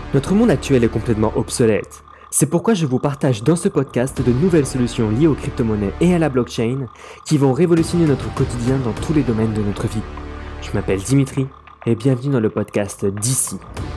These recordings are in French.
Notre monde actuel est complètement obsolète. C'est pourquoi je vous partage dans ce podcast de nouvelles solutions liées aux crypto-monnaies et à la blockchain qui vont révolutionner notre quotidien dans tous les domaines de notre vie. Je m'appelle Dimitri et bienvenue dans le podcast d'ici.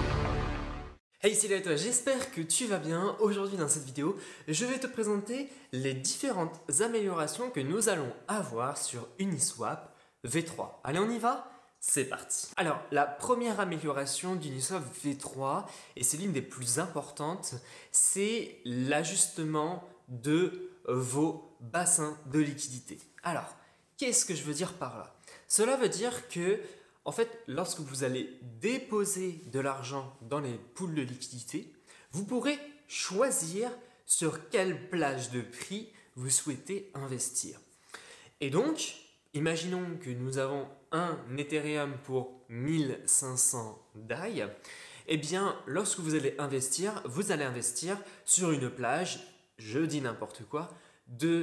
Hey, salut à toi, j'espère que tu vas bien. Aujourd'hui dans cette vidéo, je vais te présenter les différentes améliorations que nous allons avoir sur Uniswap V3. Allez, on y va? C'est parti. Alors, la première amélioration d'Uniswap V3, et c'est l'une des plus importantes, c'est l'ajustement de vos bassins de liquidité. Alors, qu'est-ce que je veux dire par là? Cela veut dire que en fait, lorsque vous allez déposer de l'argent dans les pools de liquidité, vous pourrez choisir sur quelle plage de prix vous souhaitez investir. Et donc, imaginons que nous avons un Ethereum pour 1500 DAI. Eh bien, lorsque vous allez investir sur une plage, je dis n'importe quoi, de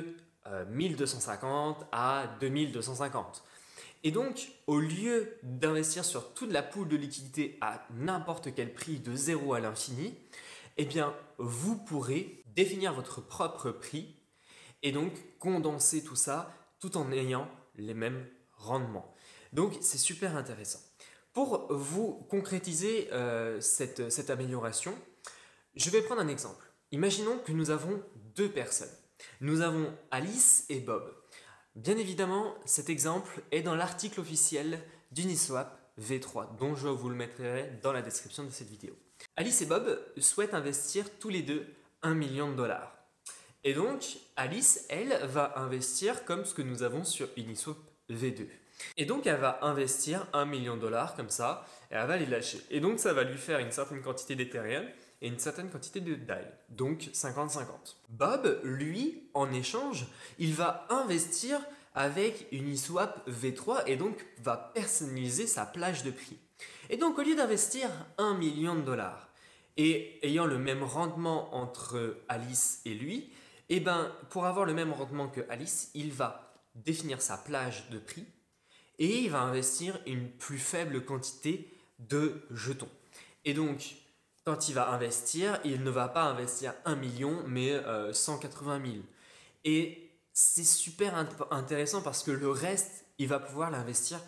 1250 à 2250. Et donc, au lieu d'investir sur toute la pool de liquidité à n'importe quel prix de 0 à l'infini, eh bien, vous pourrez définir votre propre prix et donc condenser tout ça tout en ayant les mêmes rendements. Donc, c'est super intéressant. Pour vous concrétiser cette amélioration, je vais prendre un exemple. Imaginons que nous avons deux personnes. Nous avons Alice et Bob. Bien évidemment, cet exemple est dans l'article officiel d'Uniswap V3, dont je vous le mettrai dans la description de cette vidéo. Alice et Bob souhaitent investir tous les deux 1 million de dollars. Et donc, Alice, elle, va investir comme ce que nous avons sur Uniswap V2. Et donc, elle va investir 1 million de dollars comme ça, et elle va les lâcher. Et donc, ça va lui faire une certaine quantité d'Ethereum et une certaine quantité de DAI, donc 50-50. Bob, lui, en échange, il va investir avec Uniswap V3 et donc va personnaliser sa plage de prix. Et donc, au lieu d'investir 1 million de dollars et ayant le même rendement entre Alice et lui, eh ben, pour avoir le même rendement que Alice, il va définir sa plage de prix et il va investir une plus faible quantité de jetons. Et donc, quand il va investir, il ne va pas investir 1 million, mais 180 000. Et c'est super intéressant parce que le reste, il va pouvoir l'investir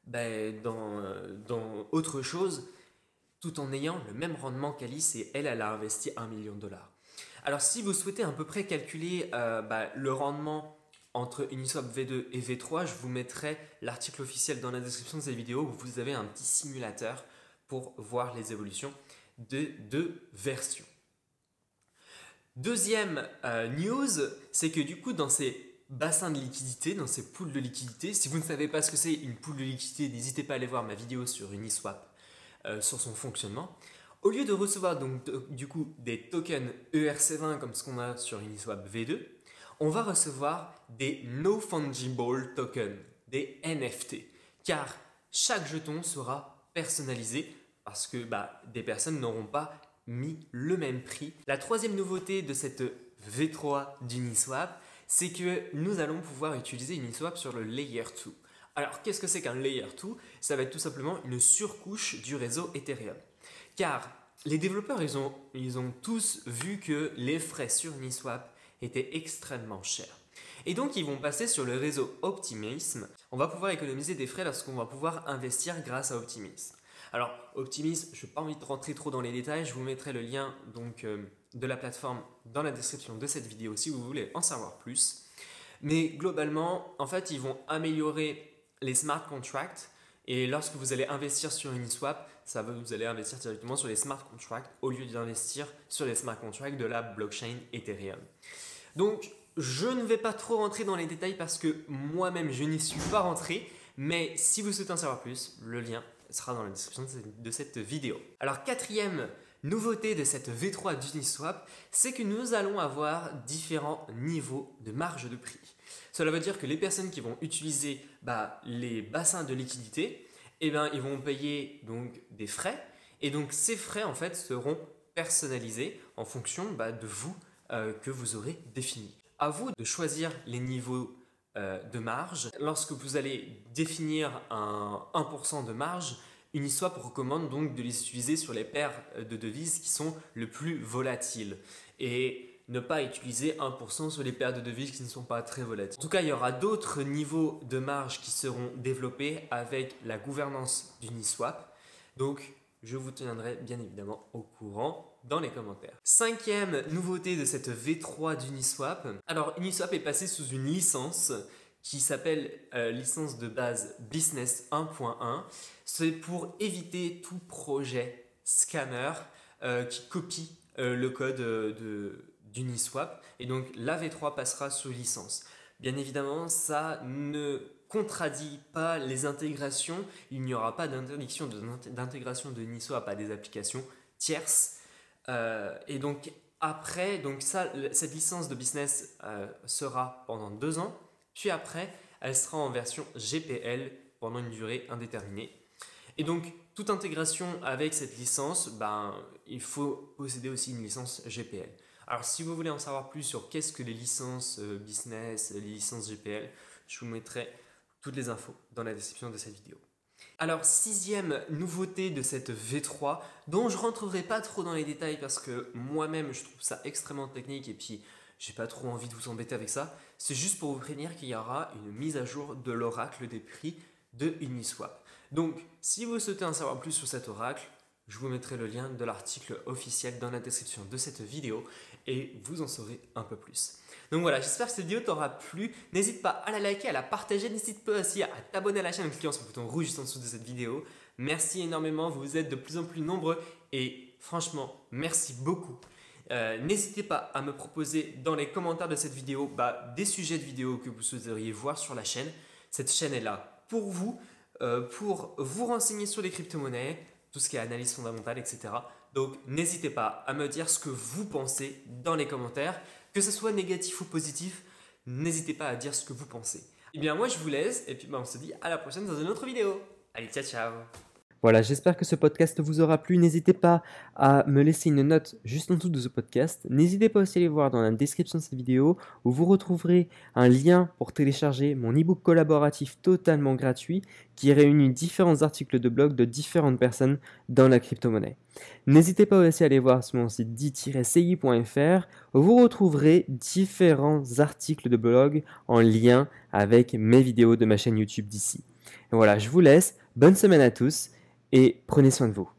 dans autre chose, tout en ayant le même rendement qu'Alice, et elle a investi 1 million de dollars. Alors, si vous souhaitez à peu près calculer le rendement entre Uniswap V2 et V3, je vous mettrai l'article officiel dans la description de cette vidéo où vous avez un petit simulateur pour voir les évolutions de deux versions. Deuxième news, c'est que du coup dans ces bassins de liquidité, dans ces pools de liquidité, si vous ne savez pas ce que c'est une pool de liquidité, n'hésitez pas à aller voir ma vidéo sur Uniswap, sur son fonctionnement. Au lieu de recevoir donc du coup des tokens ERC20 comme ce qu'on a sur Uniswap V2, on va recevoir des No Fungible Tokens, des NFT, car chaque jeton sera personnalisé parce que des personnes n'auront pas mis le même prix. La troisième nouveauté de cette V3 d'Uniswap, c'est que nous allons pouvoir utiliser Uniswap sur le Layer 2. Alors, qu'est-ce que c'est qu'un Layer 2? Ça va être tout simplement une surcouche du réseau Ethereum. Car les développeurs, ils ont tous vu que les frais sur Uniswap étaient extrêmement chers. Et donc, ils vont passer sur le réseau Optimism. On va pouvoir économiser des frais lorsqu'on va pouvoir investir grâce à Optimism. Alors, Optimism, je n'ai pas envie de rentrer trop dans les détails, je vous mettrai le lien de la plateforme dans la description de cette vidéo si vous voulez en savoir plus. Mais globalement, en fait, ils vont améliorer les smart contracts et lorsque vous allez investir sur Uniswap, vous allez investir directement sur les smart contracts au lieu d'investir sur les smart contracts de la blockchain Ethereum. Donc, je ne vais pas trop rentrer dans les détails parce que moi-même, je n'y suis pas rentré. Mais si vous souhaitez en savoir plus, le lien sera dans la description de cette vidéo. Alors, quatrième nouveauté de cette V3 d'Uniswap, c'est que nous allons avoir différents niveaux de marge de prix. Cela veut dire que les personnes qui vont utiliser les bassins de liquidité, ils vont payer donc des frais. Et donc, ces frais, en fait, seront personnalisés en fonction de vous que vous aurez défini. À vous de choisir les niveaux de marge. Lorsque vous allez définir un 1% de marge, Uniswap recommande donc de les utiliser sur les paires de devises qui sont le plus volatiles et ne pas utiliser 1% sur les paires de devises qui ne sont pas très volatiles. En tout cas, il y aura d'autres niveaux de marge qui seront développés avec la gouvernance d'Uniswap. Donc, je vous tiendrai bien évidemment au courant dans les commentaires. Cinquième nouveauté de cette V3 d'Uniswap. Alors, Uniswap est passé sous une licence qui s'appelle licence de base Business 1.1. C'est pour éviter tout projet scammer qui copie le code d'Uniswap. Et donc, la V3 passera sous licence. Bien évidemment, ça ne contradit pas les intégrations. Il n'y aura pas d'interdiction d'intégration de Uniswap à des applications tierces. Et donc, après, cette licence de business sera pendant 2 ans. Puis après, elle sera en version GPL pendant une durée indéterminée. Et donc, toute intégration avec cette licence, il faut posséder aussi une licence GPL. Alors, si vous voulez en savoir plus sur qu'est-ce que les licences business, les licences GPL, je vous mettrai toutes les infos dans la description de cette vidéo. Alors, 6e nouveauté de cette V3, dont je ne rentrerai pas trop dans les détails parce que moi-même, je trouve ça extrêmement technique et puis j'ai pas trop envie de vous embêter avec ça. C'est juste pour vous prévenir qu'il y aura une mise à jour de l'oracle des prix de Uniswap. Donc, si vous souhaitez en savoir plus sur cet oracle, je vous mettrai le lien de l'article officiel dans la description de cette vidéo et vous en saurez un peu plus. Donc voilà, j'espère que cette vidéo t'aura plu. N'hésite pas à la liker, à la partager. N'hésite pas aussi à t'abonner à la chaîne en cliquant sur le bouton rouge juste en dessous de cette vidéo. Merci énormément, vous êtes de plus en plus nombreux et franchement, merci beaucoup. N'hésitez pas à me proposer dans les commentaires de cette vidéo des sujets de vidéos que vous souhaiteriez voir sur la chaîne. Cette chaîne est là pour vous renseigner sur les crypto-monnaies, tout ce qui est analyse fondamentale, etc. Donc n'hésitez pas à me dire ce que vous pensez dans les commentaires, que ce soit négatif ou positif, n'hésitez pas à dire ce que vous pensez. Et bien moi je vous laisse et puis on se dit à la prochaine dans une autre vidéo. Allez, ciao ciao. Voilà, j'espère que ce podcast vous aura plu. N'hésitez pas à me laisser une note juste en dessous de ce podcast. N'hésitez pas aussi à aller voir dans la description de cette vidéo où vous retrouverez un lien pour télécharger mon e-book collaboratif totalement gratuit qui réunit différents articles de blog de différentes personnes dans la crypto-monnaie. N'hésitez pas aussi à aller voir sur mon site dit-ci.fr où vous retrouverez différents articles de blog en lien avec mes vidéos de ma chaîne YouTube d'ici. Voilà, je vous laisse. Bonne semaine à tous. Et prenez soin de vous.